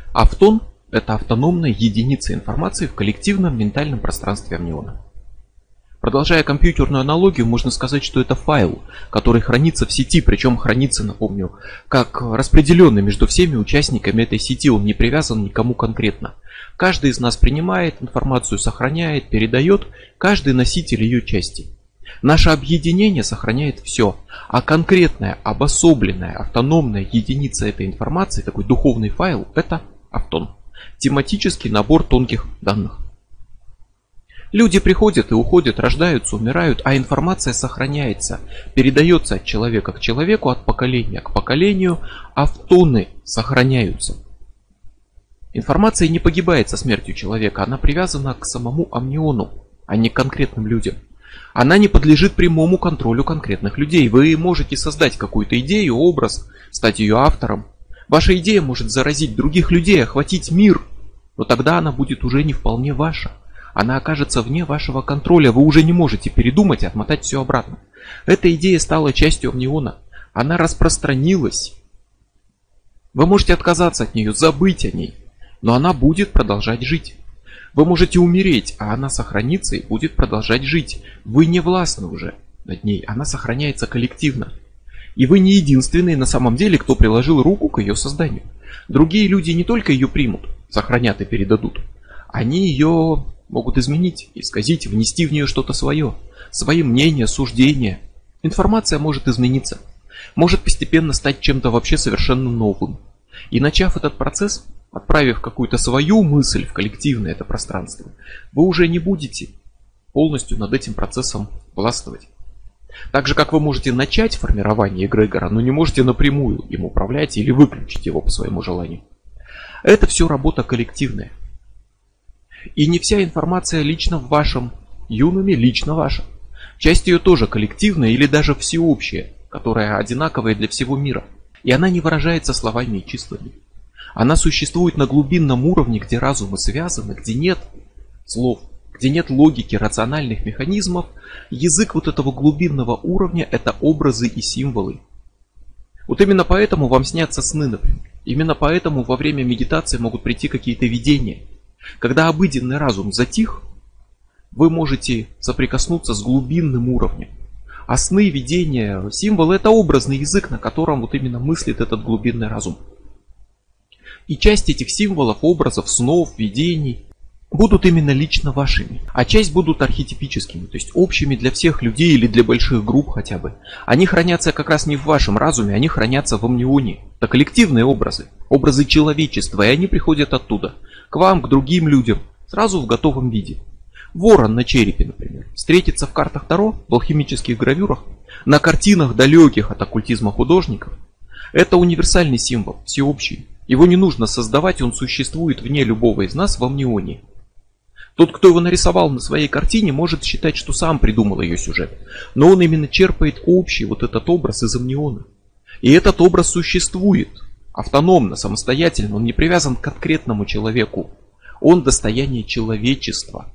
Автон– это автономная единица информации в коллективном ментальном пространстве амниона. Продолжая компьютерную аналогию, можно сказать, что это файл, который хранится в сети, причем хранится, напомню, как распределенный между всеми участниками этой сети, он не привязан никому конкретно. Каждый из нас принимает информацию, сохраняет, передает, каждый носитель ее части. Наше объединение сохраняет все, а конкретная, обособленная, автономная единица этой информации, такой духовный файл, это автон. Тематический набор тонких данных. Люди приходят и уходят, рождаются, умирают, а информация сохраняется, передается от человека к человеку, от поколения к поколению, автоны сохраняются. Информация не погибает со смертью человека, она привязана к самому амниону, а не к конкретным людям. Она не подлежит прямому контролю конкретных людей. Вы можете создать какую-то идею, образ, стать ее автором. Ваша идея может заразить других людей, охватить мир, но тогда она будет уже не вполне ваша. Она окажется вне вашего контроля, вы уже не можете передумать и отмотать все обратно. Эта идея стала частью амниона, она распространилась. Вы можете отказаться от нее, забыть о ней, но она будет продолжать жить. Вы можете умереть, а она сохранится и будет продолжать жить. Вы не властны уже над ней, она сохраняется коллективно. И вы не единственные на самом деле, кто приложил руку к ее созданию. Другие люди не только ее примут, сохранят и передадут, они ее могут изменить, исказить, внести в нее что-то свое, свои мнения, суждения. Информация может измениться, может постепенно стать чем-то вообще совершенно новым. И начав этот процесс, отправив какую-то свою мысль в коллективное это пространство, вы уже не будете полностью над этим процессом властвовать. Так же, как вы можете начать формирование эгрегора, но не можете напрямую им управлять или выключить его по своему желанию. Это все работа коллективная. И не вся информация лично в вашем юнуме, лично ваша. Часть ее тоже коллективная или даже всеобщая, которая одинаковая для всего мира. И она не выражается словами и числами. Она существует на глубинном уровне, где разумы связаны, где нет слов, где нет логики, рациональных механизмов. Язык вот этого глубинного уровня – это образы и символы. Вот именно поэтому вам снятся сны, например. Именно поэтому во время медитации могут прийти какие-то видения. Когда обыденный разум затих, вы можете соприкоснуться с глубинным уровнем. А сны, видения, символы – это образный язык, на котором вот именно мыслит этот глубинный разум. И часть этих символов, образов, снов, видений будут именно лично вашими, а часть будут архетипическими, то есть общими для всех людей или для больших групп хотя бы. Они хранятся как раз не в вашем разуме, они хранятся в амнионе. Это коллективные образы, образы человечества, и они приходят оттуда, к вам, к другим людям, сразу в готовом виде. Ворон на черепе, например, встретится в картах Таро, в алхимических гравюрах, на картинах далеких от оккультизма художников. Это универсальный символ, всеобщий. Его не нужно создавать, он существует вне любого из нас в амнионе. Тот, кто его нарисовал на своей картине, может считать, что сам придумал ее сюжет. Но он именно черпает общий вот этот образ из амниона. И этот образ существует автономно, самостоятельно, он не привязан к конкретному человеку. Он достояние человечества.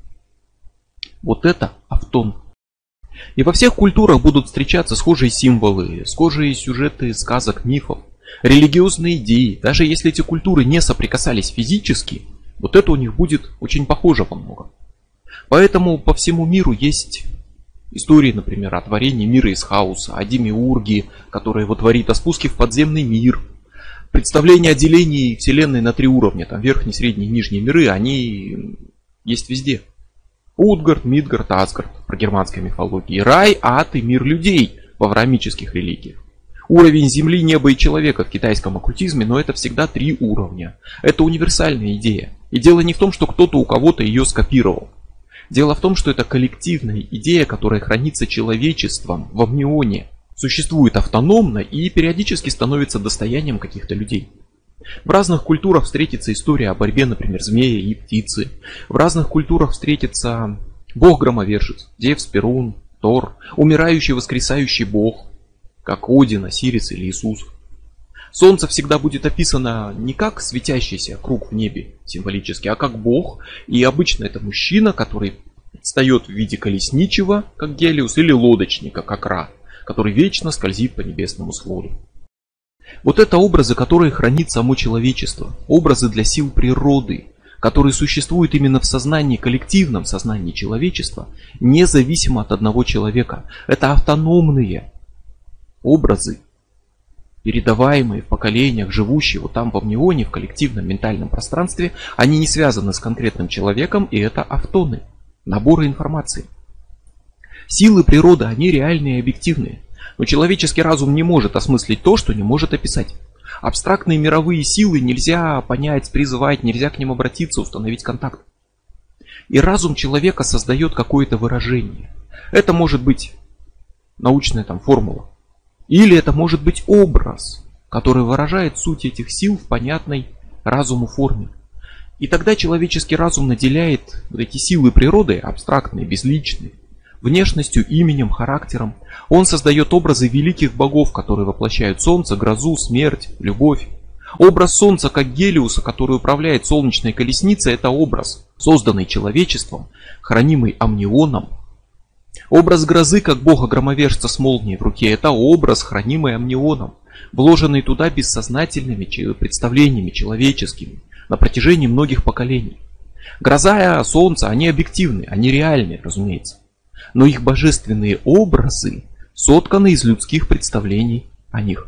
Вот это автон. И во всех культурах будут встречаться схожие символы, схожие сюжеты сказок, мифов, религиозные идеи. Даже если эти культуры не соприкасались физически, вот это у них будет очень похоже во многом. Поэтому по всему миру есть истории, например, о творении мира из хаоса, о Демиурге, который его творит, о спуске в подземный мир. Представление о делении Вселенной на 3 уровня, там верхний, средний, нижний миры, они есть везде. Утгард, Мидгард, Асгард по германской мифологии, рай, ад и мир людей в авраамических религиях. Уровень земли, неба и человека в китайском оккультизме, но это всегда 3 уровня. Это универсальная идея. И дело не в том, что кто-то у кого-то ее скопировал. Дело в том, что это коллективная идея, которая хранится человечеством в амнионе, существует автономно и периодически становится достоянием каких-то людей. В разных культурах встретится история о борьбе, например, змея и птицы. В разных культурах встретится бог-громовержец, Зевс, Перун, Тор, умирающий, воскресающий бог, как Один, Осирис или Иисус. Солнце всегда будет описано не как светящийся круг в небе символически, а как бог. И обычно это мужчина, который встает в виде колесничего, как Гелиос, или лодочника, как Ра, который вечно скользит по небесному своду. Вот это образы, которые хранит само человечество, образы для сил природы, которые существуют именно в сознании, коллективном сознании человечества, независимо от одного человека. Это автономные образы, передаваемые в поколениях, живущие вот там в амнионе, в коллективном ментальном пространстве. Они не связаны с конкретным человеком, и это автоны, наборы информации. Силы природы, они реальные и объективные. Но человеческий разум не может осмыслить то, что не может описать. Абстрактные мировые силы нельзя понять, призвать, нельзя к ним обратиться, установить контакт. И разум человека создает какое-то выражение. Это может быть научная формула. Или это может быть образ, который выражает суть этих сил в понятной разуму форме. И тогда человеческий разум наделяет вот эти силы природы, абстрактные, безличные, внешностью, именем, характером. Он создает образы великих богов, которые воплощают солнце, грозу, смерть, любовь. Образ солнца как Гелиуса, который управляет солнечной колесницей, это образ, созданный человечеством, хранимый амнионом. Образ грозы как бога-громовержца с молнией в руке, это образ, хранимый амнионом, вложенный туда бессознательными представлениями человеческими на протяжении многих поколений. Гроза и солнце, они объективны, они реальны, разумеется. Но их божественные образы сотканы из людских представлений о них.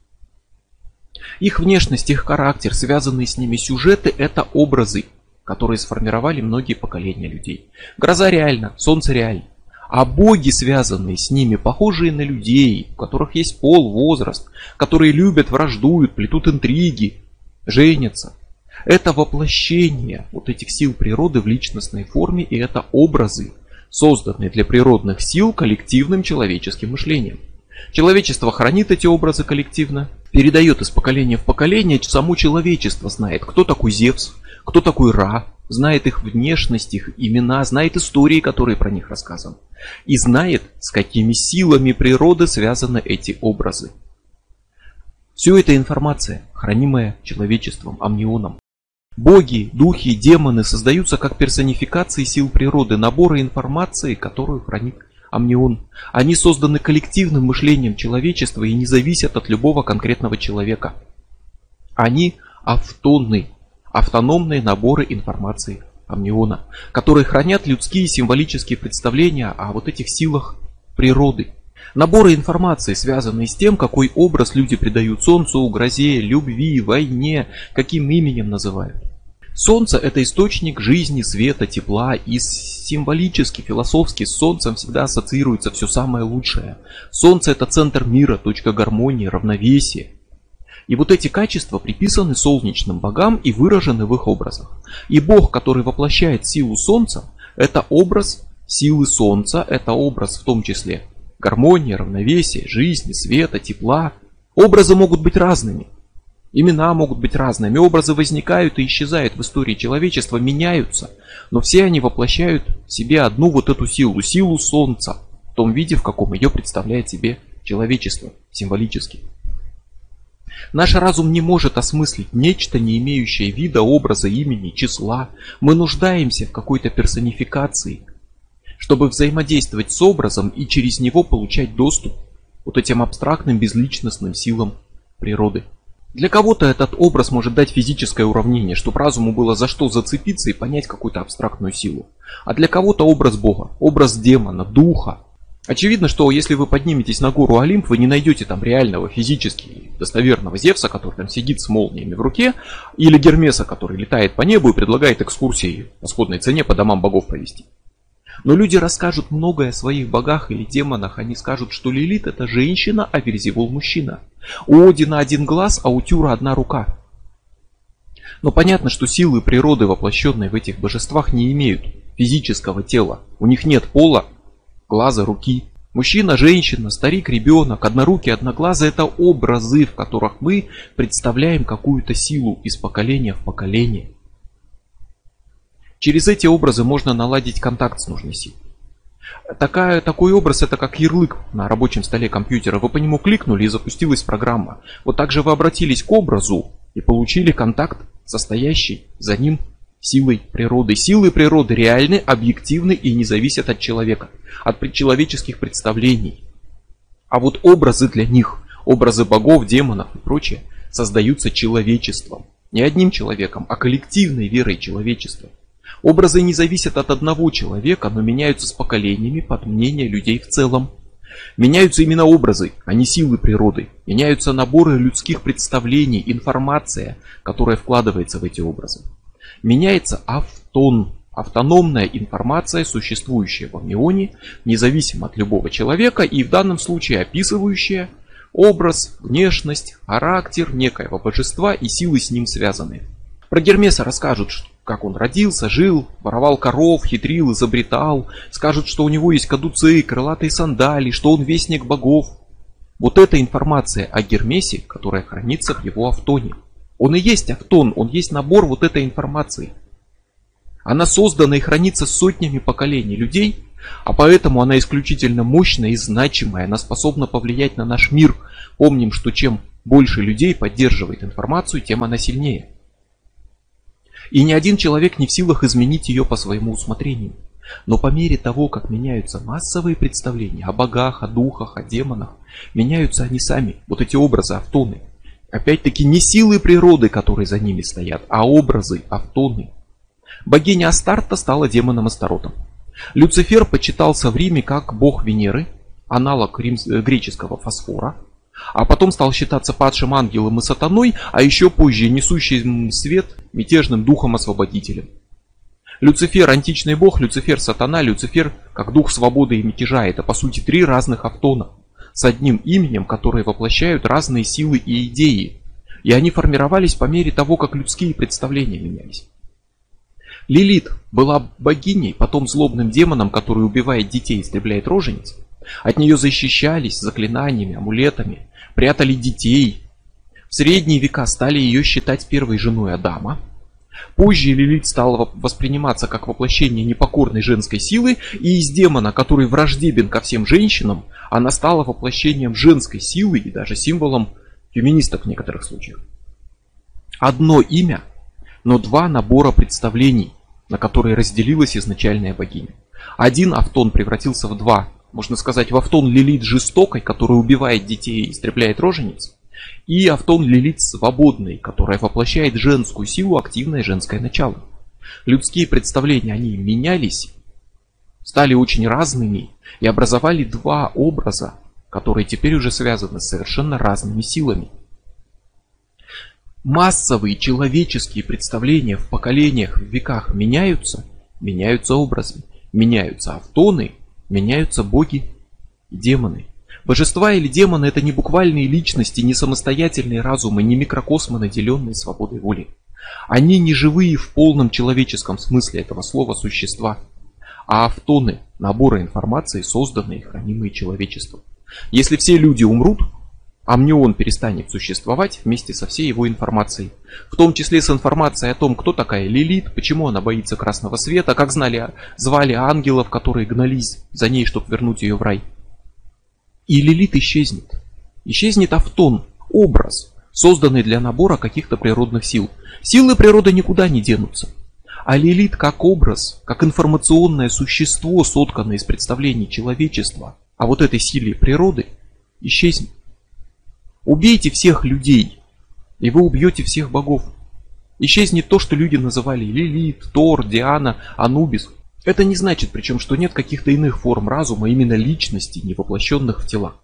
Их внешность, их характер, связанные с ними сюжеты – это образы, которые сформировали многие поколения людей. Гроза реальна, солнце реально. А боги, связанные с ними, похожие на людей, у которых есть пол, возраст, которые любят, враждуют, плетут интриги, женятся. Это воплощение вот этих сил природы в личностной форме, и это образы, созданные для природных сил коллективным человеческим мышлением. Человечество хранит эти образы коллективно, передает из поколения в поколение. Само человечество знает, кто такой Зевс, кто такой Ра, знает их внешность, их имена, знает истории, которые про них рассказаны. И знает, с какими силами природы связаны эти образы. Все это информация, хранимая человечеством, амнионом. Боги, духи, демоны создаются как персонификации сил природы, наборы информации, которую хранит амнион. Они созданы коллективным мышлением человечества и не зависят от любого конкретного человека. Они автоны, автономные наборы информации амниона, которые хранят людские символические представления о вот этих силах природы. Наборы информации, связанные с тем, какой образ люди придают солнцу, грозе, любви, войне, каким именем называют. Солнце – это источник жизни, света, тепла, и символически, философски с солнцем всегда ассоциируется все самое лучшее. Солнце – это центр мира, точка гармонии, равновесия. И вот эти качества приписаны солнечным богам и выражены в их образах. И бог, который воплощает силу солнца, это образ силы солнца, это образ в том числе гармонии, равновесия, жизни, света, тепла. Образы могут быть разными. Имена могут быть разными. Образы возникают и исчезают в истории человечества, меняются. Но все они воплощают в себе одну вот эту силу, силу солнца. В том виде, в каком ее представляет себе человечество, символически. Наш разум не может осмыслить нечто, не имеющее вида, образа, имени, числа. Мы нуждаемся в какой-то персонификации, чтобы взаимодействовать с образом и через него получать доступ к вот этим абстрактным безличностным силам природы. Для кого-то этот образ может дать физическое уравнение, чтобы разуму было за что зацепиться и понять какую-то абстрактную силу. А для кого-то образ Бога, образ демона, духа. Очевидно, что если вы подниметесь на гору Олимп, вы не найдете там реального физически достоверного Зевса, который там сидит с молниями в руке, или Гермеса, который летает по небу и предлагает экскурсии по сходной цене по домам богов провести. Но люди расскажут многое о своих богах или демонах. Они скажут, что Лилит это женщина, а Вельзевул мужчина. У Одина один глаз, а у Тюра одна рука. Но понятно, что силы природы, воплощенные в этих божествах, не имеют физического тела. У них нет пола, глаза, руки. Мужчина, женщина, старик, ребенок, однорукий, одноглазый – это образы, в которых мы представляем какую-то силу из поколения в поколение. Через эти образы можно наладить контакт с нужной силой. Такой образ это как ярлык на рабочем столе компьютера. Вы по нему кликнули и запустилась программа. Вот так же вы обратились к образу и получили контакт, состоящий за ним силой природы. Силы природы реальны, объективны и не зависят от человека, от человеческих представлений. А вот образы для них, Образы богов, демонов и прочее создаются человечеством. Не одним человеком, а коллективной верой человечества. Образы не зависят от одного человека, но меняются с поколениями под мнение людей в целом. Меняются именно образы, а не силы природы. Меняются наборы людских представлений, информация, которая вкладывается в эти образы. Меняется автон, автономная информация, существующая в амнионе, независимо от любого человека и в данном случае описывающая образ, внешность, характер некоего божества и силы с ним связанные. Про Гермеса расскажут, как он родился, жил, воровал коров, хитрил, изобретал. Скажут, что у него есть кадуцеи, крылатые сандали, что он вестник богов. Вот эта информация о Гермесе, которая хранится в его автоне. Он и есть автон, он есть набор вот этой информации. Она создана и хранится сотнями поколений людей, а поэтому она исключительно мощная и значимая. Она способна повлиять на наш мир. Помним, что чем больше людей поддерживает информацию, тем она сильнее. И ни один человек не в силах изменить ее по своему усмотрению. Но по мере того, как меняются массовые представления о богах, о духах, о демонах, меняются они сами, вот эти образы, автоны. Опять-таки не силы природы, которые за ними стоят, а образы, автоны. Богиня Астарта стала демоном Астаротом. Люцифер почитался в Риме как бог Венеры, аналог греческого Фосфора. А потом стал считаться падшим ангелом и сатаной, а еще позже несущим свет мятежным духом-освободителем. Люцифер античный бог, Люцифер сатана, Люцифер как дух свободы и мятежа. Это по сути три разных автона с одним именем, которые воплощают разные силы и идеи. И они формировались по мере того, как людские представления менялись. Лилит была богиней, потом злобным демоном, который убивает детей и истребляет рожениц. От нее защищались заклинаниями, амулетами, прятали детей. В средние века стали ее считать первой женой Адама. Позже Лилит стала восприниматься как воплощение непокорной женской силы, и из демона, который враждебен ко всем женщинам, она стала воплощением женской силы и даже символом феминисток в некоторых случаях. Одно имя, но два набора представлений, на которые разделилась изначальная богиня. Один автон превратился в два. Можно сказать, в автон Лилит жестокой, которая убивает детей и истребляет рожениц, и автон Лилит свободной, которая воплощает женскую силу, активное женское начало. Людские представления, они менялись, стали очень разными и образовали два образа, которые теперь уже связаны с совершенно разными силами. Массовые человеческие представления в поколениях, в веках меняются, меняются образы, меняются автоны, меняются боги и демоны. Божества или демоны — это не буквальные личности, не самостоятельные разумы, не микрокосмы, наделенные свободой воли. Они не живые в полном человеческом смысле этого слова существа, а автоны, наборы информации, созданные и хранимые человечеством. Если все люди умрут, амнион перестанет существовать вместе со всей его информацией, в том числе с информацией о том, кто такая Лилит, почему она боится красного света, как звали ангелов, которые гнались за ней, чтобы вернуть ее в рай. И Лилит исчезнет. Исчезнет автон, образ, созданный для набора каких-то природных сил. Силы природы никуда не денутся. А Лилит как образ, как информационное существо, сотканное из представлений человечества, а вот этой силе природы, исчезнет. Убейте всех людей, и вы убьете всех богов. Исчезнет то, что люди называли Лилит, Тор, Диана, Анубис. Это не значит, причем, что нет каких-то иных форм разума, именно личностей, не воплощенных в тела.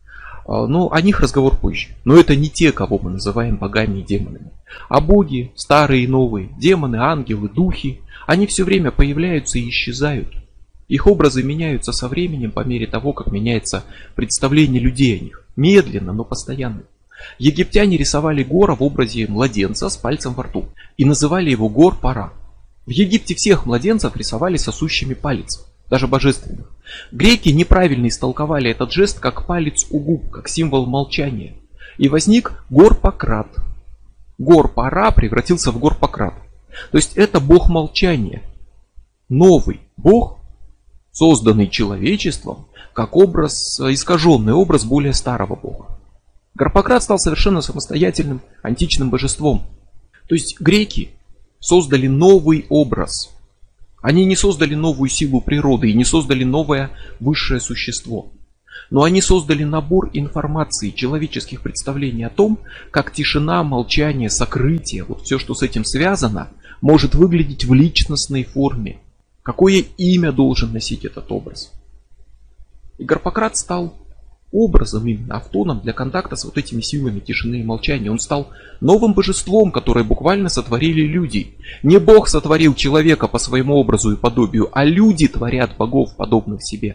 Но о них разговор позже. Но это не те, кого мы называем богами и демонами. А боги, старые и новые, демоны, ангелы, духи, они все время появляются и исчезают. Их образы меняются со временем по мере того, как меняется представление людей о них. Медленно, но постоянно. Египтяне рисовали Гора в образе младенца с пальцем во рту и называли его Гор-Пара. В Египте всех младенцев рисовали сосущими палец, даже божественных. Греки неправильно истолковали этот жест как палец у губ, как символ молчания. И возник Гор-Пократ. Гор-Пара превратился в Гор-Пократ. То есть это бог молчания. Новый бог, созданный человечеством, как образ, искаженный образ более старого бога. Гарпократ стал совершенно самостоятельным античным божеством. То есть греки создали новый образ. Они не создали новую силу природы и не создали новое высшее существо. Но они создали набор информации, человеческих представлений о том, как тишина, молчание, сокрытие, вот все, что с этим связано, может выглядеть в личностной форме. Какое имя должен носить этот образ? И Гарпократ стал образом, именно автоном для контакта с вот этими силами тишины и молчания. Он стал новым божеством, которое буквально сотворили люди. Не Бог сотворил человека по своему образу и подобию, а люди творят богов, подобных себе.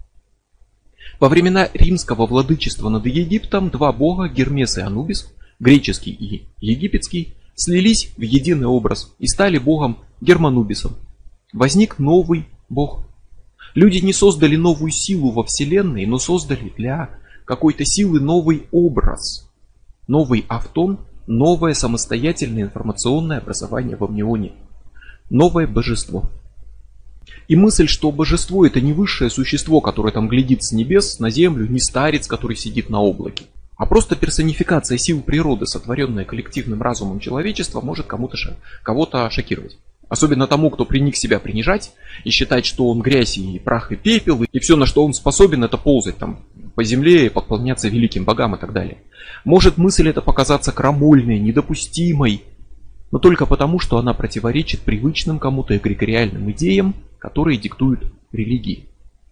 Во времена римского владычества над Египтом два бога, Гермес и Анубис, греческий и египетский, слились в единый образ и стали богом Германубисом. Возник новый бог. Люди не создали новую силу во Вселенной, но создали для какой-то силы новый образ, новый автон, новое самостоятельное информационное образование в амнионе, новое божество. И мысль, что божество это не высшее существо, которое там глядит с небес на землю, не старец, который сидит на облаке, а просто персонификация сил природы, сотворенная коллективным разумом человечества, может кого-то шокировать. Особенно тому, кто приник себя принижать и считать, что он грязь и прах и пепел, и все, на что он способен, это ползать там по земле и поклоняться великим богам и так далее. Может мысль эта показаться крамольной, недопустимой, но только потому, что она противоречит привычным кому-то эгрегориальным идеям, которые диктуют религии.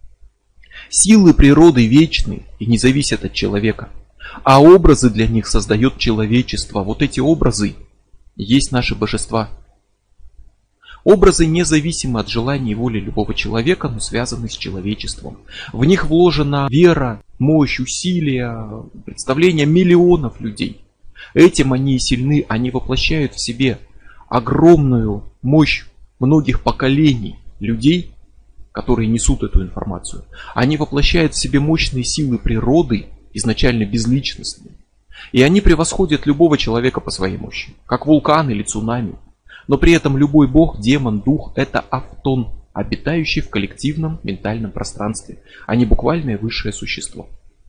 Силы природы вечны и не зависят от человека, а образы для них создает человечество. Вот эти образы есть наши божества. Образы независимы от желаний и воли любого человека, но связаны с человечеством. В них вложена вера, мощь, усилия, представления миллионов людей. Этим они и сильны, они воплощают в себе огромную мощь многих поколений людей, которые несут эту информацию. Они воплощают в себе мощные силы природы, изначально безличностные. И они превосходят любого человека по своей мощи, как вулкан или цунами. Но при этом любой бог, демон, дух – это автон, обитающий в коллективном ментальном пространстве, а не буквальное высшее существо.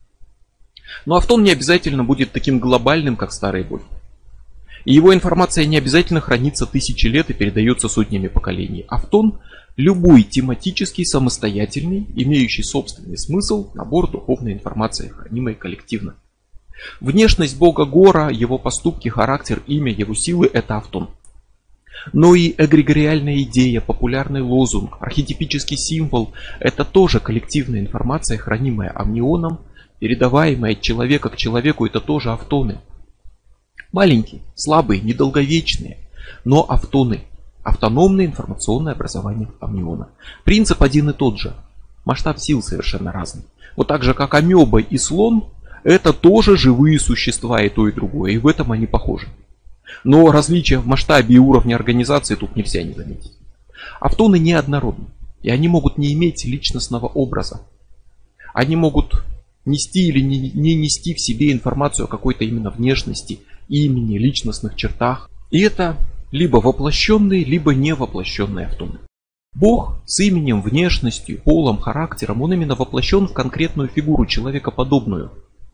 Но автон не обязательно будет таким глобальным, как старые боги. И его информация не обязательно хранится тысячи лет и передается сотнями поколений. Автон – любой тематический, самостоятельный, имеющий собственный смысл, набор духовной информации, хранимой коллективно. Внешность бога Гора, его поступки, характер, имя, его силы – это автон. Но и эгрегориальная идея, популярный лозунг, архетипический символ – это тоже коллективная информация, хранимая амнионом, передаваемая от человека к человеку, это тоже автоны. Маленькие, слабые, недолговечные, но автоны. Автономное информационное образование амниона. Принцип один и тот же. Масштаб сил совершенно разный. Вот так же, как амеба и слон, это тоже живые существа, и то, и другое. И в этом они похожи. Но различия в масштабе и уровне организации тут нельзя не заметить. Автоны неоднородны. И они могут не иметь личностного образа. Они могут нести или не нести в себе информацию о какой-то именно внешности, имени, личностных чертах. И это либо воплощенные, либо невоплощенные автоны. Бог с именем, внешностью, полом, характером, он именно воплощен в конкретную фигуру, человекоподобную.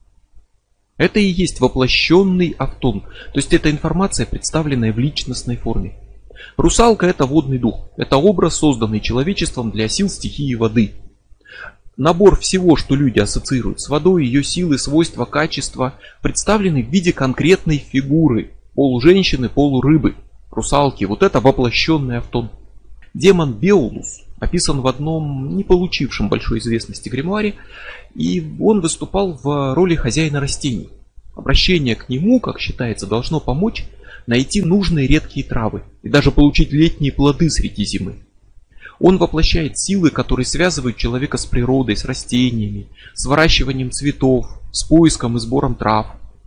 Это и есть воплощенный автон. То есть это информация, представленная в личностной форме. Русалка – это водный дух. Это образ, созданный человечеством для сил стихии воды. Набор всего, что люди ассоциируют с водой, ее силы, свойства, качества, представлены в виде конкретной фигуры. Полуженщины, полурыбы, русалки. Вот это воплощенный автон. Демон Беулус описан в одном не получившем большой известности гримуаре, и он выступал в роли хозяина растений. Обращение к нему, как считается, должно помочь найти нужные редкие травы и даже получить летние плоды среди зимы. Он воплощает силы, которые связывают человека с природой, с растениями, с выращиванием цветов, с поиском и сбором трав.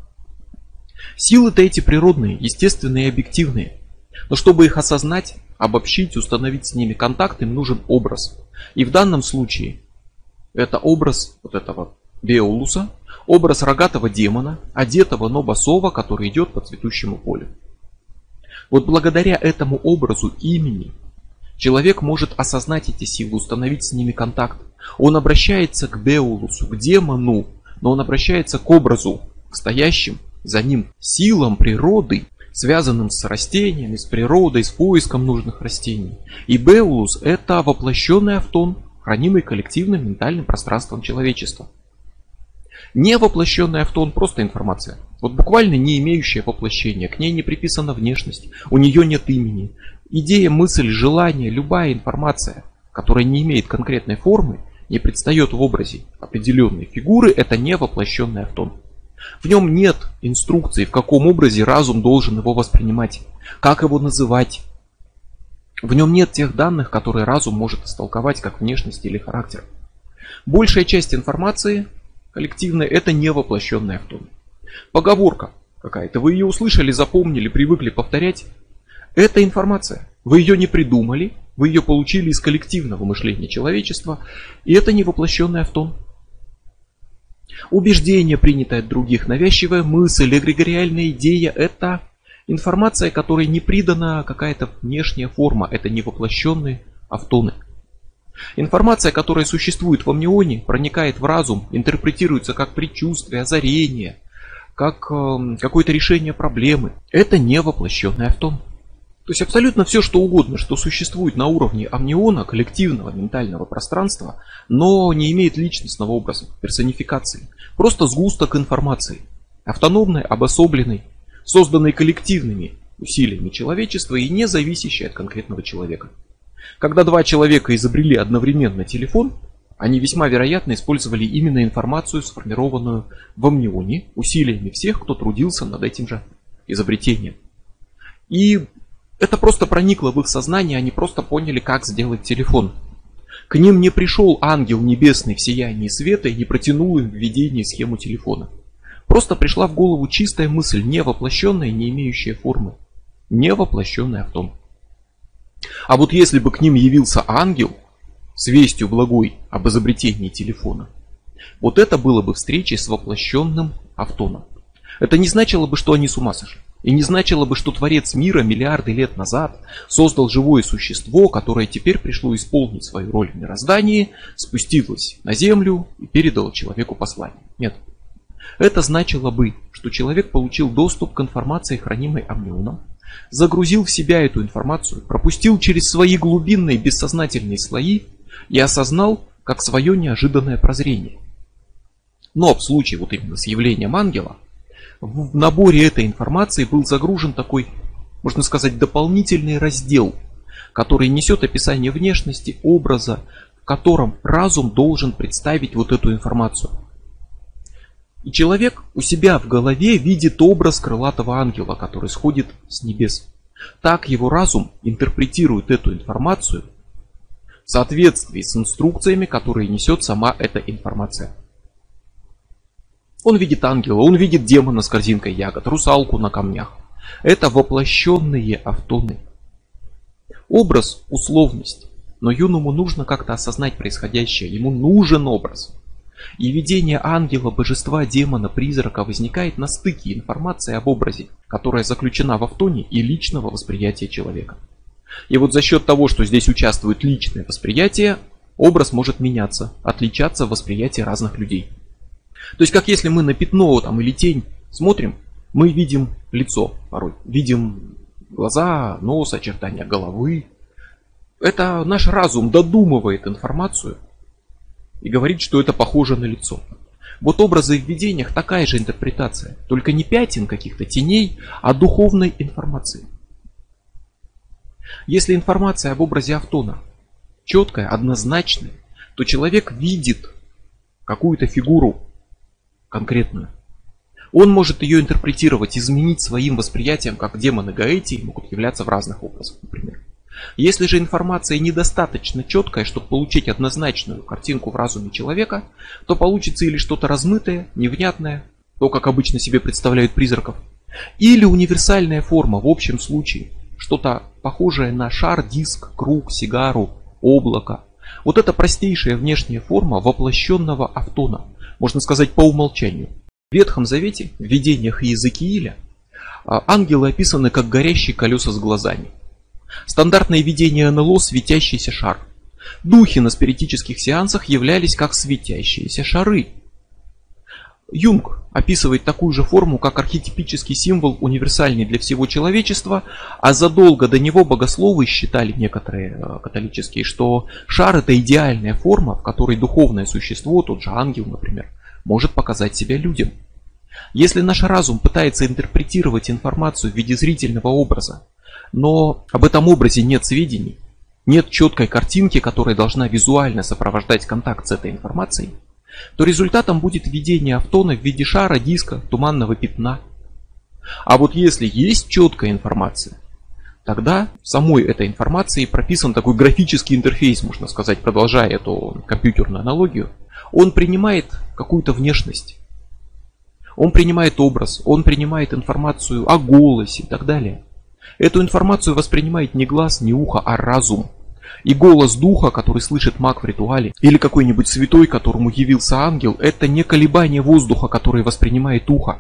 Силы-то эти природные, естественные и объективные. Но чтобы их осознать, обобщить, установить с ними контакт, им нужен образ. И в данном случае это образ вот этого Беулуса, образ рогатого демона, одетого, но босого, который идет по цветущему полю. Вот благодаря этому образу имени человек может осознать эти силы, установить с ними контакт. Он обращается к Беулусу, к демону, но он обращается к образу, к стоящим за ним силам природы, связанным с растениями, с природой, с поиском нужных растений. И Беулус – это воплощенный автон, хранимый коллективным ментальным пространством человечества. Невоплощенный автон — просто информация. Вот буквально не имеющая воплощения, к ней не приписана внешность, у нее нет имени. Идея, мысль, желание, любая информация, которая не имеет конкретной формы, не предстает в образе определенной фигуры, это невоплощенный автон. В нем нет инструкции, в каком образе разум должен его воспринимать, как его называть. В нем нет тех данных, которые разум может истолковать как внешность или характер. Большая часть информации коллективная — это невоплощенный автон. Поговорка какая-то, вы ее услышали, запомнили, привыкли повторять. Это информация. Вы ее не придумали, вы ее получили из коллективного мышления человечества, и это невоплощенный автон. Убеждение, принятое от других, навязчивая мысль, эгрегориальная идея — это информация, которой не придана какая-то внешняя форма, это невоплощенные автоны. Информация, которая существует в амнионе, проникает в разум, интерпретируется как предчувствие, озарение, как какое-то решение проблемы. Это невоплощенный автон. То есть абсолютно все, что угодно, что существует на уровне амниона, коллективного ментального пространства, но не имеет личностного образа, персонификации. Просто сгусток информации, автономной, обособленной, созданной коллективными усилиями человечества и не зависящей от конкретного человека. Когда два человека изобрели одновременно телефон, они весьма вероятно использовали именно информацию, сформированную в амнионе, усилиями всех, кто трудился над этим же изобретением. И это просто проникло в их сознание, они просто поняли, как сделать телефон. К ним не пришел ангел небесный в сиянии света и не протянул им в видении схему телефона. Просто пришла в голову чистая мысль, невоплощенная, не имеющая формы. Невоплощенный автон. А вот если бы к ним явился ангел с вестью благой об изобретении телефона, вот это было бы встречей с воплощенным автоном. Это не значило бы, что они с ума сошли. И не значило бы, что Творец мира миллиарды лет назад создал живое существо, которое теперь пришло исполнить свою роль в мироздании, спустилось на землю и передало человеку послание. Нет. Это значило бы, что человек получил доступ к информации, хранимой амнионом, загрузил в себя эту информацию, пропустил через свои глубинные бессознательные слои и осознал как свое неожиданное прозрение. Но в случае вот именно с явлением ангела, в наборе этой информации был загружен такой, можно сказать, дополнительный раздел, который несет описание внешности, образа, в котором разум должен представить вот эту информацию. И человек у себя в голове видит образ крылатого ангела, который сходит с небес. Так его разум интерпретирует эту информацию в соответствии с инструкциями, которые несет сама эта информация. Он видит ангела, он видит демона с корзинкой ягод, русалку на камнях. Это воплощенные автоны. Образ – условность, но юному нужно как-то осознать происходящее, ему нужен образ. И видение ангела, божества, демона, призрака возникает на стыке информации об образе, которая заключена в автоне, и личного восприятия человека. И вот за счет того, что здесь участвует личное восприятие, образ может меняться, отличаться в восприятии разных людей. То есть, как если мы на пятно там, или тень смотрим, мы видим лицо порой, видим глаза, нос, очертания головы. Это наш разум додумывает информацию и говорит, что это похоже на лицо. Вот образы в видениях такая же интерпретация, только не пятен каких-то теней, а духовной информации. Если информация об образе автона четкая, однозначная, то человек видит какую-то фигуру конкретную. Он может ее интерпретировать, изменить своим восприятием, как демоны Гаэтии могут являться в разных образах, например. Если же информация недостаточно четкая, чтобы получить однозначную картинку в разуме человека, то получится или что-то размытое, невнятное, то, как обычно себе представляют призраков, или универсальная форма, в общем случае, что-то похожее на шар, диск, круг, сигару, облако. Вот это простейшая внешняя форма воплощенного автона, можно сказать, по умолчанию. В Ветхом Завете, в видениях Иезекииля, ангелы описаны как горящие колеса с глазами. Стандартное видение НЛО— светящийся шар. Духи на спиритических сеансах являлись как светящиеся шары. Юнг описывает такую же форму, как архетипический символ, универсальный для всего человечества, а задолго до него богословы считали, некоторые католические, что шар — это идеальная форма, в которой духовное существо, тот же ангел, например, может показать себя людям. Если наш разум пытается интерпретировать информацию в виде зрительного образа, но об этом образе нет сведений, нет четкой картинки, которая должна визуально сопровождать контакт с этой информацией, то результатом будет введение автона в виде шара, диска, туманного пятна. А вот если есть четкая информация, тогда в самой этой информации прописан такой графический интерфейс, можно сказать, продолжая эту компьютерную аналогию. Он принимает какую-то внешность, он принимает образ, он принимает информацию о голосе и так далее. Эту информацию воспринимает не глаз, не ухо, а разум. И голос духа, который слышит маг в ритуале, или какой-нибудь святой, которому явился ангел, это не колебание воздуха, которое воспринимает ухо.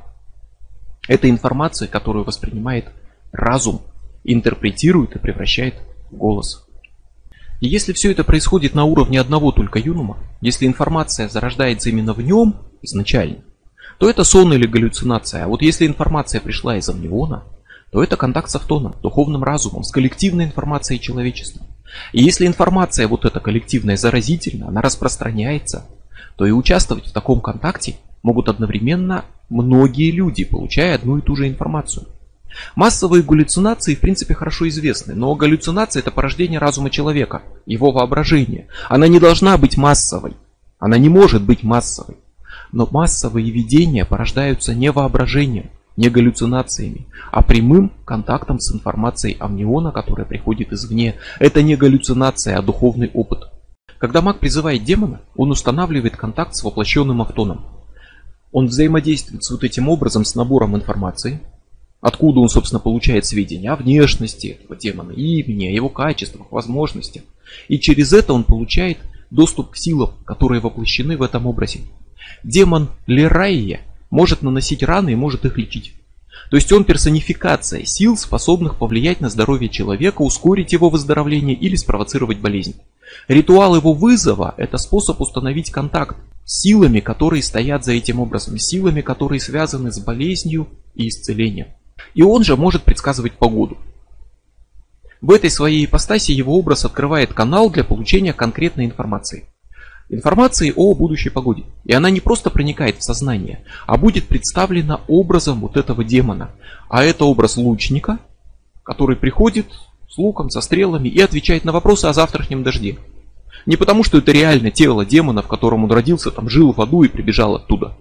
Это информация, которую воспринимает разум, интерпретирует и превращает в голос. И если все это происходит на уровне одного только юнума, если информация зарождается именно в нем изначально, то это сон или галлюцинация. А вот если информация пришла из амниона, то это контакт с автоном, духовным разумом, с коллективной информацией человечества. И если информация вот эта коллективная заразительна, она распространяется, то и участвовать в таком контакте могут одновременно многие люди, получая одну и ту же информацию. Массовые галлюцинации в принципе хорошо известны, но галлюцинация — это порождение разума человека, его воображения. Она не должна быть массовой, она не может быть массовой. Но массовые видения порождаются не воображением, не галлюцинациями, а прямым контактом с информацией амниона, которая приходит извне. Это не галлюцинация, а духовный опыт. Когда маг призывает демона, он устанавливает контакт с воплощенным автоном. Он взаимодействует с вот этим образом, с набором информации, откуда он, собственно, получает сведения о внешности этого демона, имени, о его качествах, возможностях. И через это он получает доступ к силам, которые воплощены в этом образе. Демон Лерайя может наносить раны и может их лечить. То есть он персонификация сил, способных повлиять на здоровье человека, ускорить его выздоровление или спровоцировать болезнь. Ритуал его вызова – это способ установить контакт с силами, которые стоят за этим образом, силами, которые связаны с болезнью и исцелением. И он же может предсказывать погоду. В этой своей ипостаси его образ открывает канал для получения конкретной информации. Информации о будущей погоде. И она не просто проникает в сознание, а будет представлена образом вот этого демона. А это образ лучника, который приходит с луком, со стрелами и отвечает на вопросы о завтрашнем дожде. Не потому, что это реально тело демона, в котором он родился, там жил в аду и прибежал оттуда.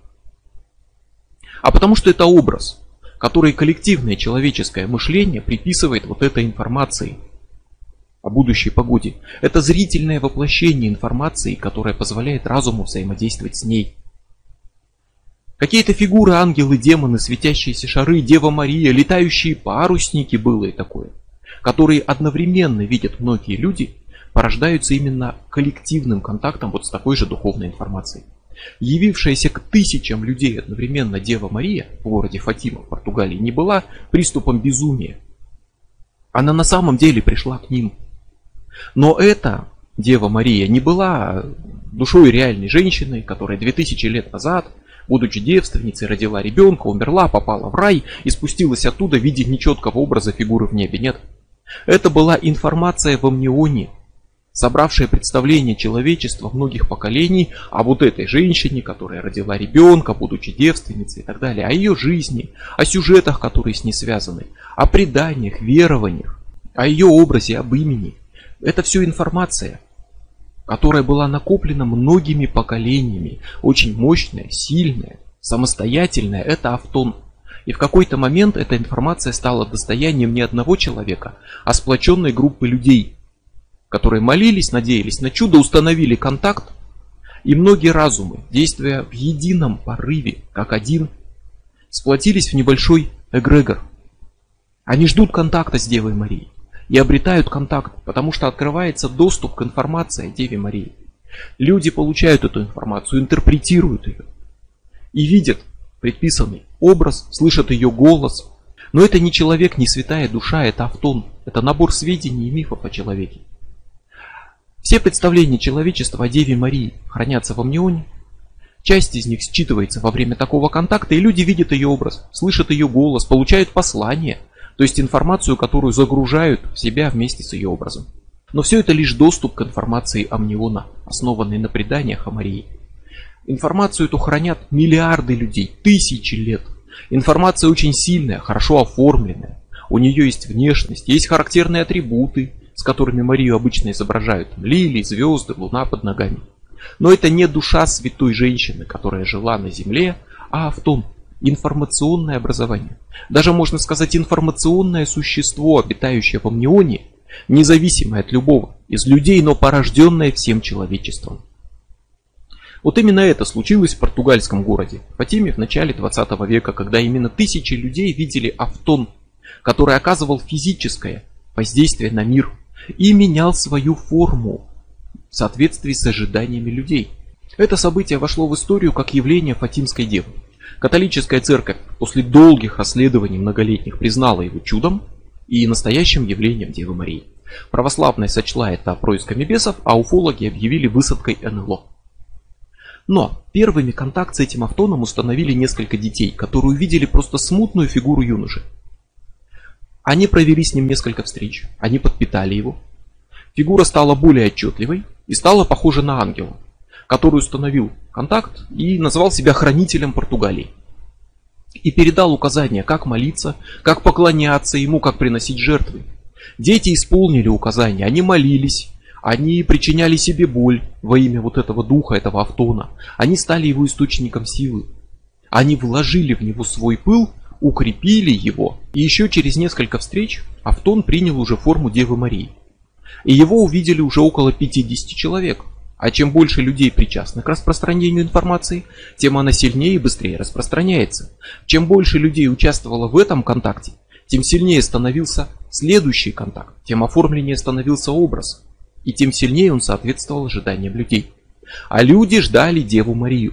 А потому, что это образ, который коллективное человеческое мышление приписывает вот этой информации о будущей погоде. Это зрительное воплощение информации, которое позволяет разуму взаимодействовать с ней. Какие-то фигуры, ангелы, демоны, светящиеся шары, Дева Мария, летающие парусники, было и такое, которые одновременно видят многие люди, порождаются именно коллективным контактом вот с такой же духовной информацией. Явившаяся к тысячам людей одновременно Дева Мария в городе Фатима в Португалии не была приступом безумия. Она на самом деле пришла к ним. Но эта Дева Мария не была душой реальной женщины, которая 2000 лет назад, будучи девственницей, родила ребенка, умерла, попала в рай и спустилась оттуда в виде нечеткого образа фигуры в небе. Нет. Это была информация в амнионе, собравшая представление человечества многих поколений о вот этой женщине, которая родила ребенка, будучи девственницей и так далее, о ее жизни, о сюжетах, которые с ней связаны, о преданиях, верованиях, о ее образе, об имени. Это все информация, которая была накоплена многими поколениями, очень мощная, сильная, самостоятельная. Это автон. И в какой-то момент эта информация стала достоянием не одного человека, а сплоченной группы людей, которые молились, надеялись на чудо, установили контакт, и многие разумы, действуя в едином порыве, как один, сплотились в небольшой эгрегор. Они ждут контакта с Девой Марией и обретают контакт, потому что открывается доступ к информации о Деве Марии. Люди получают эту информацию, интерпретируют ее и видят предписанный образ, слышат ее голос. Но это не человек, не святая душа, это автон, это набор сведений и мифов о человеке. Все представления человечества о Деве Марии хранятся в амнионе. Часть из них считывается во время такого контакта, и люди видят ее образ, слышат ее голос, получают послание, то есть информацию, которую загружают в себя вместе с ее образом. Но все это лишь доступ к информации амниона, основанной на преданиях о Марии. Информацию эту хранят миллиарды людей, тысячи лет. Информация очень сильная, хорошо оформленная. У нее есть внешность, есть характерные атрибуты, с которыми Марию обычно изображают. Лилии, звезды, луна под ногами. Но это не душа святой женщины, которая жила на земле, а автон, информационное образование. Даже можно сказать информационное существо, обитающее в амнионе, независимое от любого из людей, но порожденное всем человечеством. Вот именно это случилось в португальском городе Фатиме в начале 20 века, когда именно тысячи людей видели автон, который оказывал физическое воздействие на мир и менял свою форму в соответствии с ожиданиями людей. Это событие вошло в историю как явление Фатимской девы. Католическая церковь после долгих расследований многолетних признала его чудом и настоящим явлением Девы Марии. Православная сочла это происками бесов, а уфологи объявили высадкой НЛО. Но первыми контакт с этим автоном установили несколько детей, которые увидели просто смутную фигуру юноши. Они провели с ним несколько встреч, они подпитали его. Фигура стала более отчетливой и стала похожа на ангела, который установил контакт и назвал себя хранителем Португалии. И передал указания, как молиться, как поклоняться ему, как приносить жертвы. Дети исполнили указания, они молились. Они причиняли себе боль во имя вот этого духа, этого автона. Они стали его источником силы. Они вложили в него свой пыл, укрепили его. И еще через несколько встреч автон принял уже форму Девы Марии. И его увидели уже около 50 человек. А чем больше людей причастных к распространению информации, тем она сильнее и быстрее распространяется. Чем больше людей участвовало в этом контакте, тем сильнее становился следующий контакт, тем оформленнее становился образ. И тем сильнее он соответствовал ожиданиям людей. А люди ждали Деву Марию.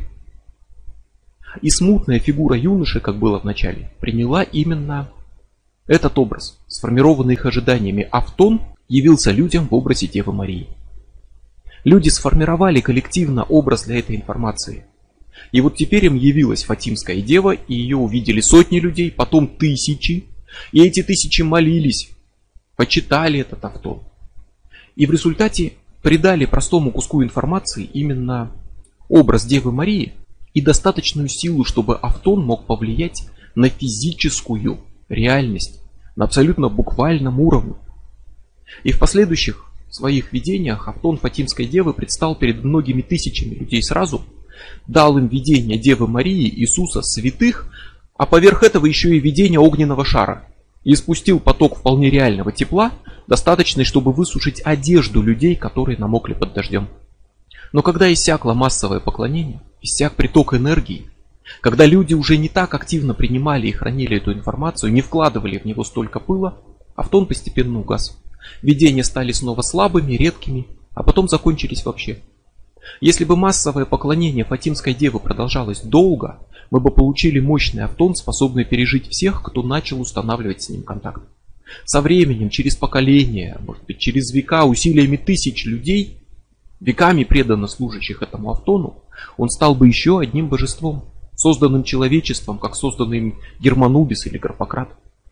И смутная фигура юноши, как было в начале, приняла именно этот образ, сформированный их ожиданиями. Автон явился людям в образе Девы Марии. Люди сформировали коллективно образ для этой информации. И вот теперь им явилась Фатимская дева, и ее увидели сотни людей, потом тысячи. И эти тысячи молились, почитали этот автон. И в результате придали простому куску информации именно образ Девы Марии и достаточную силу, чтобы автон мог повлиять на физическую реальность на абсолютно буквальном уровне. И в последующих своих видениях автон Фатимской девы предстал перед многими тысячами людей сразу, дал им видение Девы Марии, Иисуса, святых, а поверх этого еще и видение огненного шара. И спустил поток вполне реального тепла, достаточный, чтобы высушить одежду людей, которые намокли под дождем. Но когда иссякло массовое поклонение, иссяк приток энергии, когда люди уже не так активно принимали и хранили эту информацию, не вкладывали в него столько пыла, автон постепенно угас. Видения стали снова слабыми, редкими, а потом закончились вообще. Если бы массовое поклонение Фатимской девы продолжалось долго, мы бы получили мощный автон, способный пережить всех, кто начал устанавливать с ним контакт. Со временем, через поколения, может быть через века, усилиями тысяч людей, веками преданно служащих этому автону, он стал бы еще одним божеством, созданным человечеством, как созданный им Германубис или Гарпократ.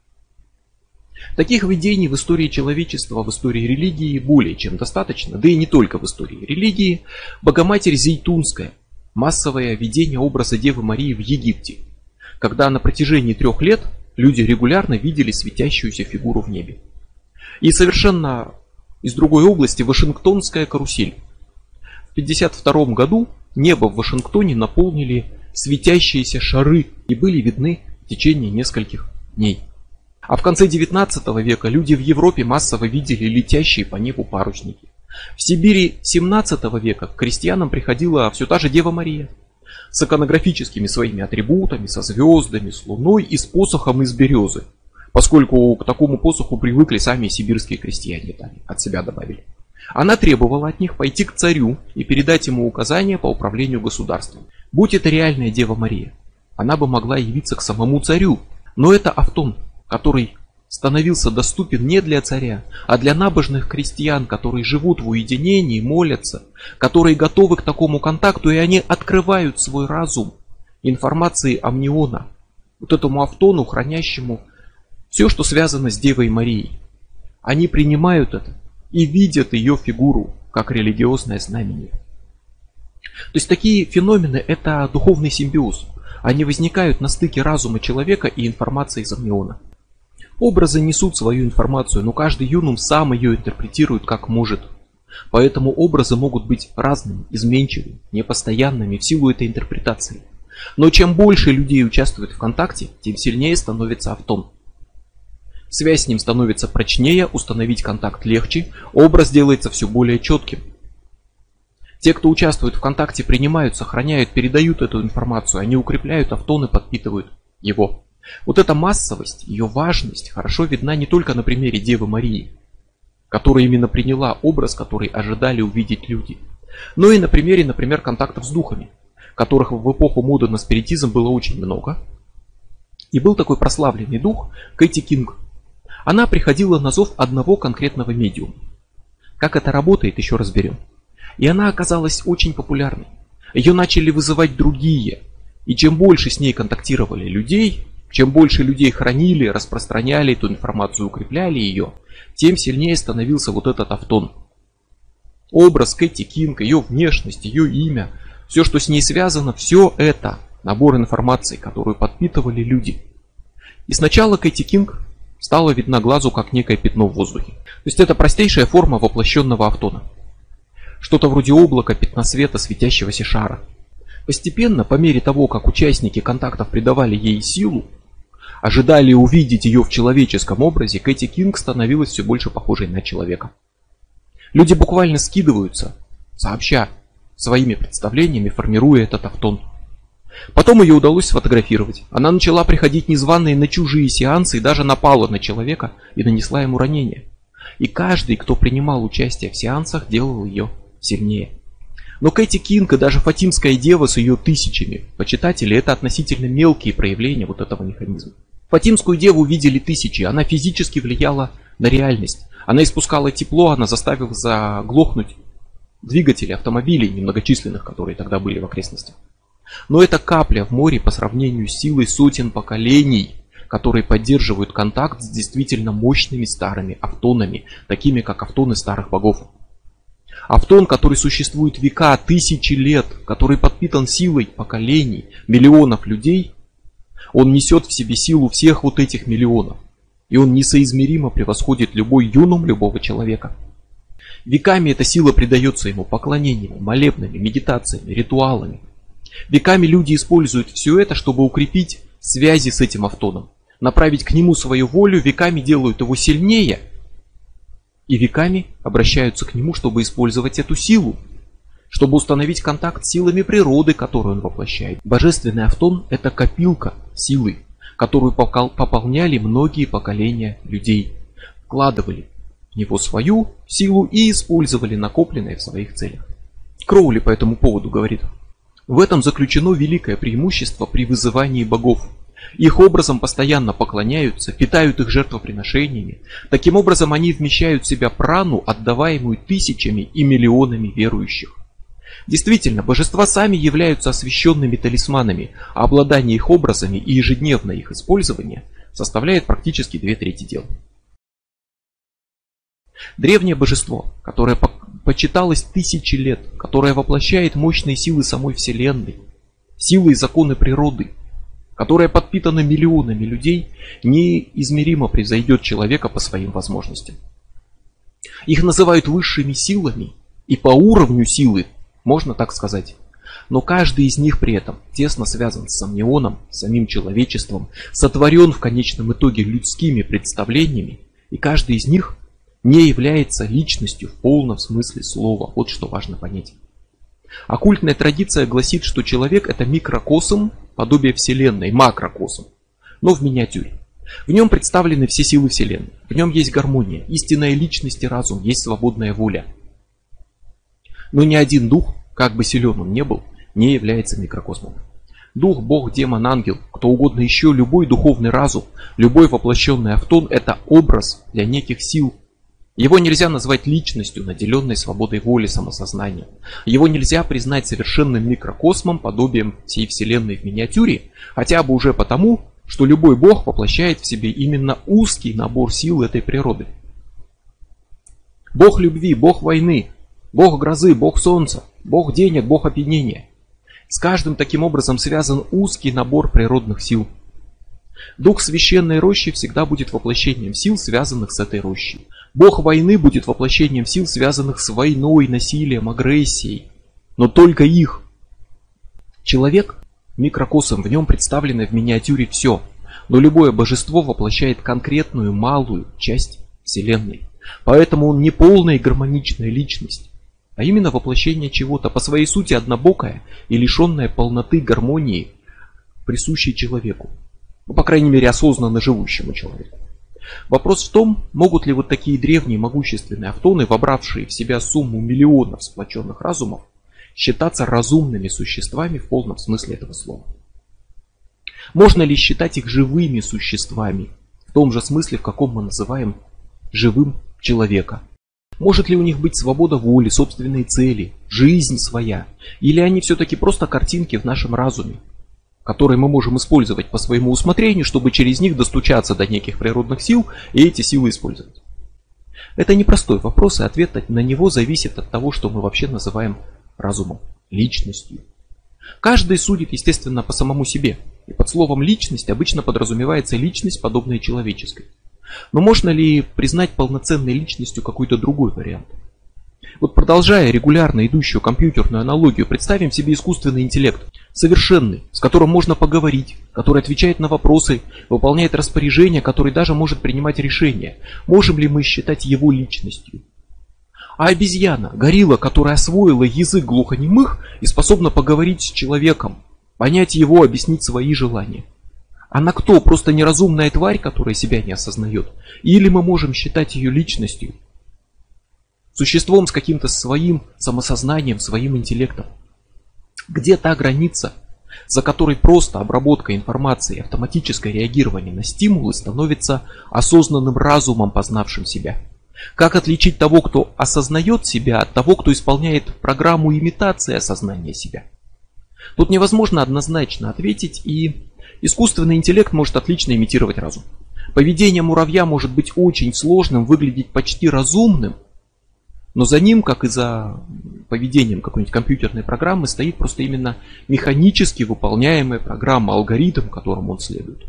Таких видений в истории человечества, в истории религии более чем достаточно, да и не только в истории религии. Богоматерь Зейтунская, массовое видение образа Девы Марии в Египте, когда на протяжении 3 лет люди регулярно видели светящуюся фигуру в небе. И совершенно из другой области Вашингтонская карусель. В 1952 году небо в Вашингтоне наполнили светящиеся шары и были видны в течение нескольких дней. А в конце 19 века люди в Европе массово видели летящие по небу парусники. В Сибири 17 века к крестьянам приходила все та же Дева Мария с иконографическими своими атрибутами, со звездами, с луной и с посохом из березы, поскольку к такому посоху привыкли сами сибирские крестьяне, от себя добавили. Она требовала от них пойти к царю и передать ему указания по управлению государством. Будь это реальная Дева Мария, она бы могла явиться к самому царю, но это автон, который становился доступен не для царя, а для набожных крестьян, которые живут в уединении, молятся, которые готовы к такому контакту, и они открывают свой разум информации амниона, вот этому автону, хранящему все, что связано с Девой Марией. Они принимают это и видят ее фигуру как религиозное знамение. То есть такие феномены – это духовный симбиоз. Они возникают на стыке разума человека и информации из амниона. Образы несут свою информацию, но каждый юнум сам ее интерпретирует как может. Поэтому образы могут быть разными, изменчивыми, непостоянными в силу этой интерпретации. Но чем больше людей участвует в контакте, тем сильнее становится автон. Связь с ним становится прочнее, установить контакт легче, образ делается все более четким. Те, кто участвует в контакте, принимают, сохраняют, передают эту информацию, они укрепляют автон и подпитывают его. Вот эта массовость, ее важность хорошо видна не только на примере Девы Марии, которая именно приняла образ, который ожидали увидеть люди, но и на примере, например, контактов с духами, которых в эпоху моды на спиритизм было очень много. И был такой прославленный дух Кэти Кинг. Она приходила на зов одного конкретного медиума. Как это работает, еще разберем. И она оказалась очень популярной. Ее начали вызывать другие. И чем больше с ней контактировали людей, чем больше людей хранили, распространяли эту информацию, укрепляли ее, тем сильнее становился вот этот автон. Образ Кэти Кинг, ее внешность, ее имя, все, что с ней связано, все это набор информации, которую подпитывали люди. И сначала Кэти Кинг стала видна глазу как некое пятно в воздухе. То есть это простейшая форма воплощенного автона. Что-то вроде облака, пятна света, светящегося шара. Постепенно, по мере того, как участники контактов придавали ей силу, ожидали увидеть ее в человеческом образе, Кэти Кинг становилась все больше похожей на человека. Люди буквально скидываются, сообща своими представлениями, формируя этот автон. Потом ее удалось сфотографировать. Она начала приходить незваные на чужие сеансы и даже напала на человека и нанесла ему ранение. И каждый, кто принимал участие в сеансах, делал ее сильнее. Но Кэти Кинг и даже Фатимская дева с ее тысячами почитателей — это относительно мелкие проявления вот этого механизма. Фатимскую деву видели тысячи, она физически влияла на реальность. Она испускала тепло, она заставила заглохнуть двигатели автомобилей немногочисленных, которые тогда были в окрестностях. Но это капля в море по сравнению с силой сотен поколений, которые поддерживают контакт с действительно мощными старыми автонами, такими как автоны старых богов. Автон, который существует века, тысячи лет, который подпитан силой поколений, миллионов людей, он несет в себе силу всех вот этих миллионов. И он несоизмеримо превосходит любой юнум любого человека. Веками эта сила придается ему поклонениями, молебными, медитациями, ритуалами. Веками люди используют все это, чтобы укрепить связи с этим автоном, направить к нему свою волю, веками делают его сильнее, и веками обращаются к нему, чтобы использовать эту силу, чтобы установить контакт с силами природы, которую он воплощает. Божественный автон – это копилка силы, которую пополняли многие поколения людей, вкладывали в него свою силу и использовали накопленное в своих целях. Кроули по этому поводу говорит: в этом заключено великое преимущество при вызывании богов. Их образом постоянно поклоняются, питают их жертвоприношениями. Таким образом они вмещают в себя прану, отдаваемую тысячами и миллионами верующих. Действительно, божества сами являются освященными талисманами, а обладание их образами и ежедневное их использование составляет практически 2/3 дела. Древнее божество, которое почиталось тысячи лет, которое воплощает мощные силы самой Вселенной, силы и законы природы, которое подпитано миллионами людей, неизмеримо превзойдет человека по своим возможностям. Их называют высшими силами, и по уровню силы, можно так сказать. Но каждый из них при этом тесно связан с амнионом, с самим человечеством, сотворен в конечном итоге людскими представлениями, и каждый из них не является личностью в полном смысле слова. Вот что важно понять. Оккультная традиция гласит, что человек — это микрокосм, подобие Вселенной, макрокосм, но в миниатюре. В нем представлены все силы Вселенной, в нем есть гармония, истинная личность и разум, есть свободная воля. Но ни один дух, как бы силен он ни был, не является микрокосмом. Дух, бог, демон, ангел, кто угодно еще, любой духовный разум, любой воплощенный автон — это образ для неких сил. Его нельзя назвать личностью, наделенной свободой воли, самосознанием. Его нельзя признать совершенным микрокосмом, подобием всей Вселенной в миниатюре, хотя бы уже потому, что любой бог воплощает в себе именно узкий набор сил этой природы. Бог любви, бог войны, бог грозы, бог солнца бог денег, бог опьянения. С каждым таким образом связан узкий набор природных сил. Дух священной рощи всегда будет воплощением сил, связанных с этой рощей. Бог войны будет воплощением сил, связанных с войной, насилием, агрессией. Но только их. Человек – микрокосм, в нем представлено в миниатюре все. Но любое божество воплощает конкретную малую часть Вселенной. Поэтому он не полная и гармоничная личность, а именно воплощение чего-то по своей сути однобокое и лишенное полноты гармонии, присущей человеку. Ну, по крайней мере, осознанно живущему человеку. Вопрос в том, могут ли вот такие древние могущественные автоны, вобравшие в себя сумму миллионов сплоченных разумов, считаться разумными существами в полном смысле этого слова. Можно ли считать их живыми существами, в том же смысле, в каком мы называем живым человека? Может ли у них быть свобода воли, собственные цели, жизнь своя? Или они все-таки просто картинки в нашем разуме, которые мы можем использовать по своему усмотрению, чтобы через них достучаться до неких природных сил и эти силы использовать? Это непростой вопрос, и ответ на него зависит от того, что мы вообще называем разумом, личностью. Каждый судит, естественно, по самому себе. И под словом «личность» обычно подразумевается личность, подобная человеческой. Но можно ли признать полноценной личностью какой-то другой вариант? Вот продолжая регулярно идущую компьютерную аналогию, представим себе искусственный интеллект, совершенный, с которым можно поговорить, который отвечает на вопросы, выполняет распоряжения, который даже может принимать решения. Можем ли мы считать его личностью? А обезьяна, горилла, которая освоила язык глухонемых и способна поговорить с человеком, понять его, объяснить свои желания. Она кто? Просто неразумная тварь, которая себя не осознает? Или мы можем считать ее личностью? Существом с каким-то своим самосознанием, своим интеллектом? Где та граница, за которой просто обработка информации и автоматическое реагирование на стимулы становится осознанным разумом, познавшим себя? Как отличить того, кто осознает себя, от того, кто исполняет программу имитации осознания себя? Тут невозможно однозначно ответить, и искусственный интеллект может отлично имитировать разум. Поведение муравья может быть очень сложным, выглядеть почти разумным, но за ним, как и за поведением какой-нибудь компьютерной программы, стоит просто именно механически выполняемая программа, алгоритм, которому он следует.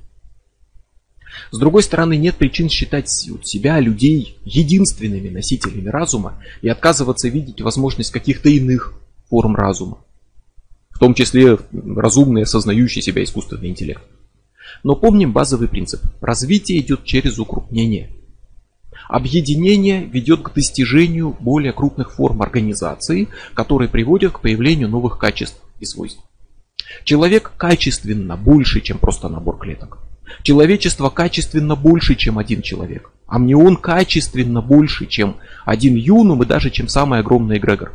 С другой стороны, нет причин считать себя, людей, единственными носителями разума и отказываться видеть возможность каких-то иных форм разума, в том числе разумный, осознающий себя искусственный интеллект. Но помним базовый принцип. Развитие идет через укрупнение. Объединение ведет к достижению более крупных форм организации, которые приводят к появлению новых качеств и свойств. Человек качественно больше, чем просто набор клеток. Человечество качественно больше, чем один человек. Амнион качественно больше, чем один Юнум и даже чем самый огромный эгрегор.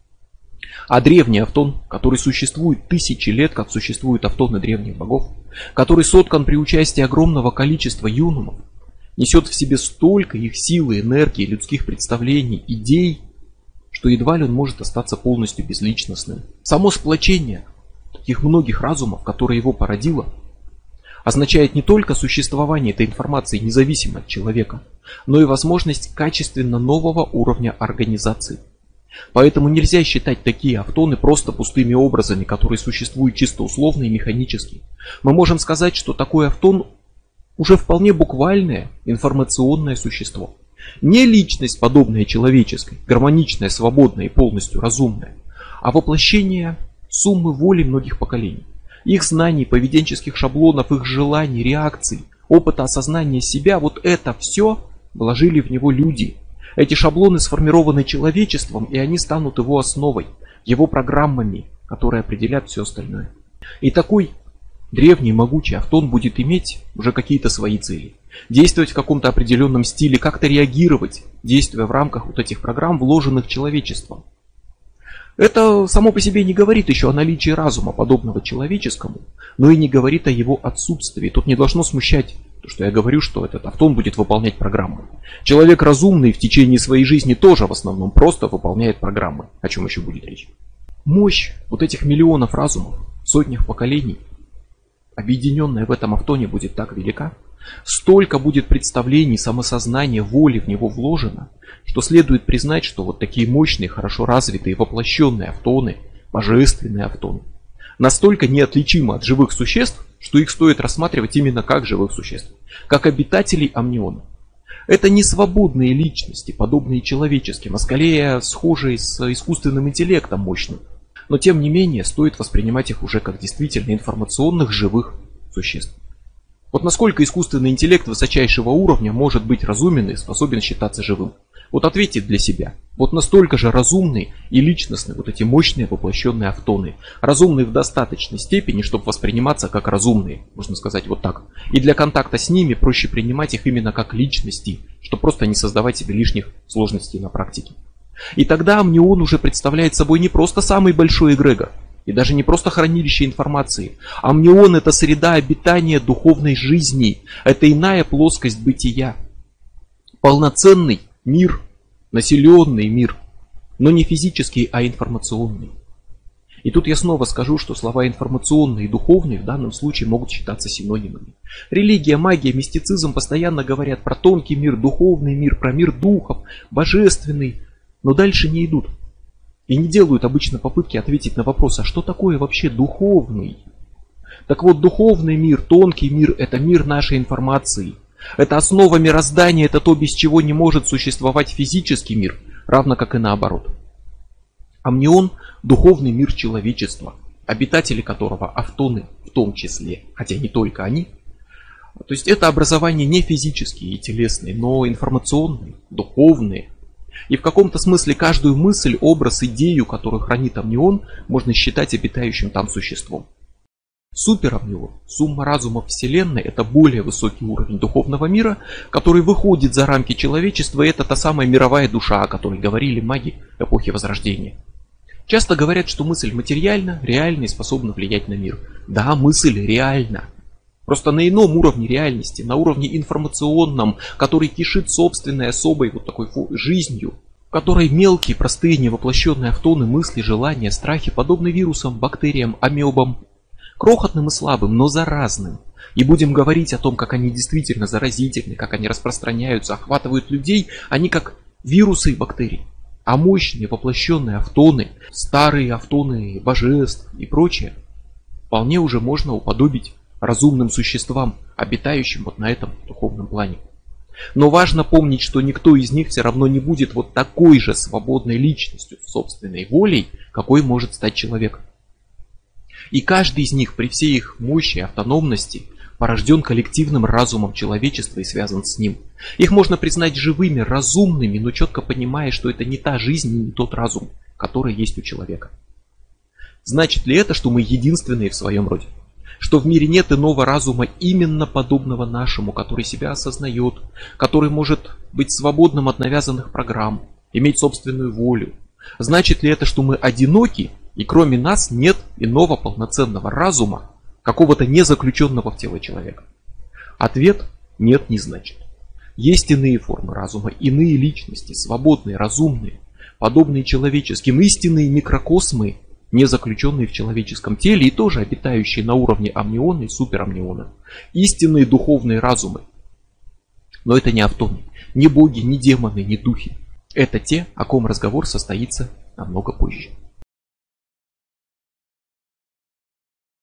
А древний Автон, который существует тысячи лет, как существуют Автоны древних богов, который соткан при участии огромного количества Юнумов, несет в себе столько их силы, энергии, людских представлений, идей, что едва ли он может остаться полностью безличностным. Само сплочение таких многих разумов, которые его породило, означает не только существование этой информации независимо от человека, но и возможность качественно нового уровня организации. Поэтому нельзя считать такие автоны просто пустыми образами, которые существуют чисто условно и механически. Мы можем сказать, что такой автон уже вполне буквальное информационное существо. Не личность, подобная человеческой, гармоничная, свободная и полностью разумная, а воплощение суммы воли многих поколений. Их знаний, поведенческих шаблонов, их желаний, реакций, опыта осознания себя, вот это все вложили в него люди. Эти шаблоны сформированы человечеством, и они станут его основой, его программами, которые определят все остальное. И такой древний могучий автон будет иметь уже какие-то свои цели. Действовать в каком-то определенном стиле, как-то реагировать, действуя в рамках вот этих программ, вложенных человечеством. Это само по себе не говорит еще о наличии разума, подобного человеческому, но и не говорит о его отсутствии. Тут не должно смущать то, что я говорю, что этот автон будет выполнять программу. Человек разумный в течение своей жизни тоже в основном просто выполняет программы. О чем еще будет речь? Мощь вот этих миллионов разумов, сотнях поколений, объединенная в этом автоне, будет так велика, столько будет представлений, самосознания, воли в него вложено, что следует признать, что вот такие мощные, хорошо развитые, воплощенные автоны, божественные автоны, настолько неотличимы от живых существ, что их стоит рассматривать именно как живых существ, как обитателей амниона. Это не свободные личности, подобные человеческим, а скорее схожие с искусственным интеллектом мощным. Но тем не менее стоит воспринимать их уже как действительно информационных живых существ. Вот насколько искусственный интеллект высочайшего уровня может быть разумен и способен считаться живым? Вот ответьте для себя. Вот настолько же разумные и личностные вот эти мощные воплощенные автоны. Разумные в достаточной степени, чтобы восприниматься как разумные, можно сказать вот так. И для контакта с ними проще принимать их именно как личности, чтобы просто не создавать себе лишних сложностей на практике. И тогда амнион уже представляет собой не просто самый большой эгрегор, и даже не просто хранилище информации. Амнион — это среда обитания духовной жизни, это иная плоскость бытия. Полноценный мир, населенный мир, но не физический, а информационный. И тут я снова скажу, что слова информационный и духовный в данном случае могут считаться синонимами. Религия, магия, мистицизм постоянно говорят про тонкий мир, духовный мир, про мир духов, божественный, но дальше не идут. И не делают обычно попытки ответить на вопрос, а что такое вообще духовный? Так вот, духовный мир, тонкий мир — это мир нашей информации. Это основа мироздания, это то, без чего не может существовать физический мир, равно как и наоборот. Амнион — духовный мир человечества, обитатели которого автоны в том числе, хотя не только они. То есть это образование не физические и телесные, но информационные, духовные. И в каком-то смысле каждую мысль, образ, идею, которую хранит амнион, можно считать обитающим там существом. Суперамнион, сумма разумов Вселенной, это более высокий уровень духовного мира, который выходит за рамки человечества, и это та самая мировая душа, о которой говорили маги эпохи Возрождения. Часто говорят, что мысль материальна, реальна и способна влиять на мир. Да, мысль реальна. Просто на ином уровне реальности, на уровне информационном, который кишит собственной особой вот такой жизнью, в которой мелкие, простые, невоплощенные автоны, мысли, желания, страхи подобны вирусам, бактериям, амебам, крохотным и слабым, но заразным. И будем говорить о том, как они действительно заразительны, как они распространяются, охватывают людей, они как вирусы и бактерии. А мощные воплощенные автоны, старые автоны божеств и прочее, вполне уже можно уподобить разумным существам, обитающим вот на этом духовном плане. Но важно помнить, что никто из них все равно не будет вот такой же свободной личностью, собственной волей, какой может стать человек. И каждый из них при всей их мощи и автономности порожден коллективным разумом человечества и связан с ним. Их можно признать живыми, разумными, но четко понимая, что это не та жизнь и не тот разум, который есть у человека. Значит ли это, что мы единственные в своем роде? Что в мире нет иного разума, именно подобного нашему, который себя осознает, который может быть свободным от навязанных программ, иметь собственную волю? Значит ли это, что мы одиноки, и кроме нас нет иного полноценного разума, какого-то не заключенного в тело человека? Ответ – нет, не значит. Есть иные формы разума, иные личности, свободные, разумные, подобные человеческим, истинные микрокосмы, не заключенные в человеческом теле и тоже обитающие на уровне амниона и суперамниона. Истинные духовные разумы. Но это не автоны, не боги, не демоны, не духи. Это те, о ком разговор состоится намного позже.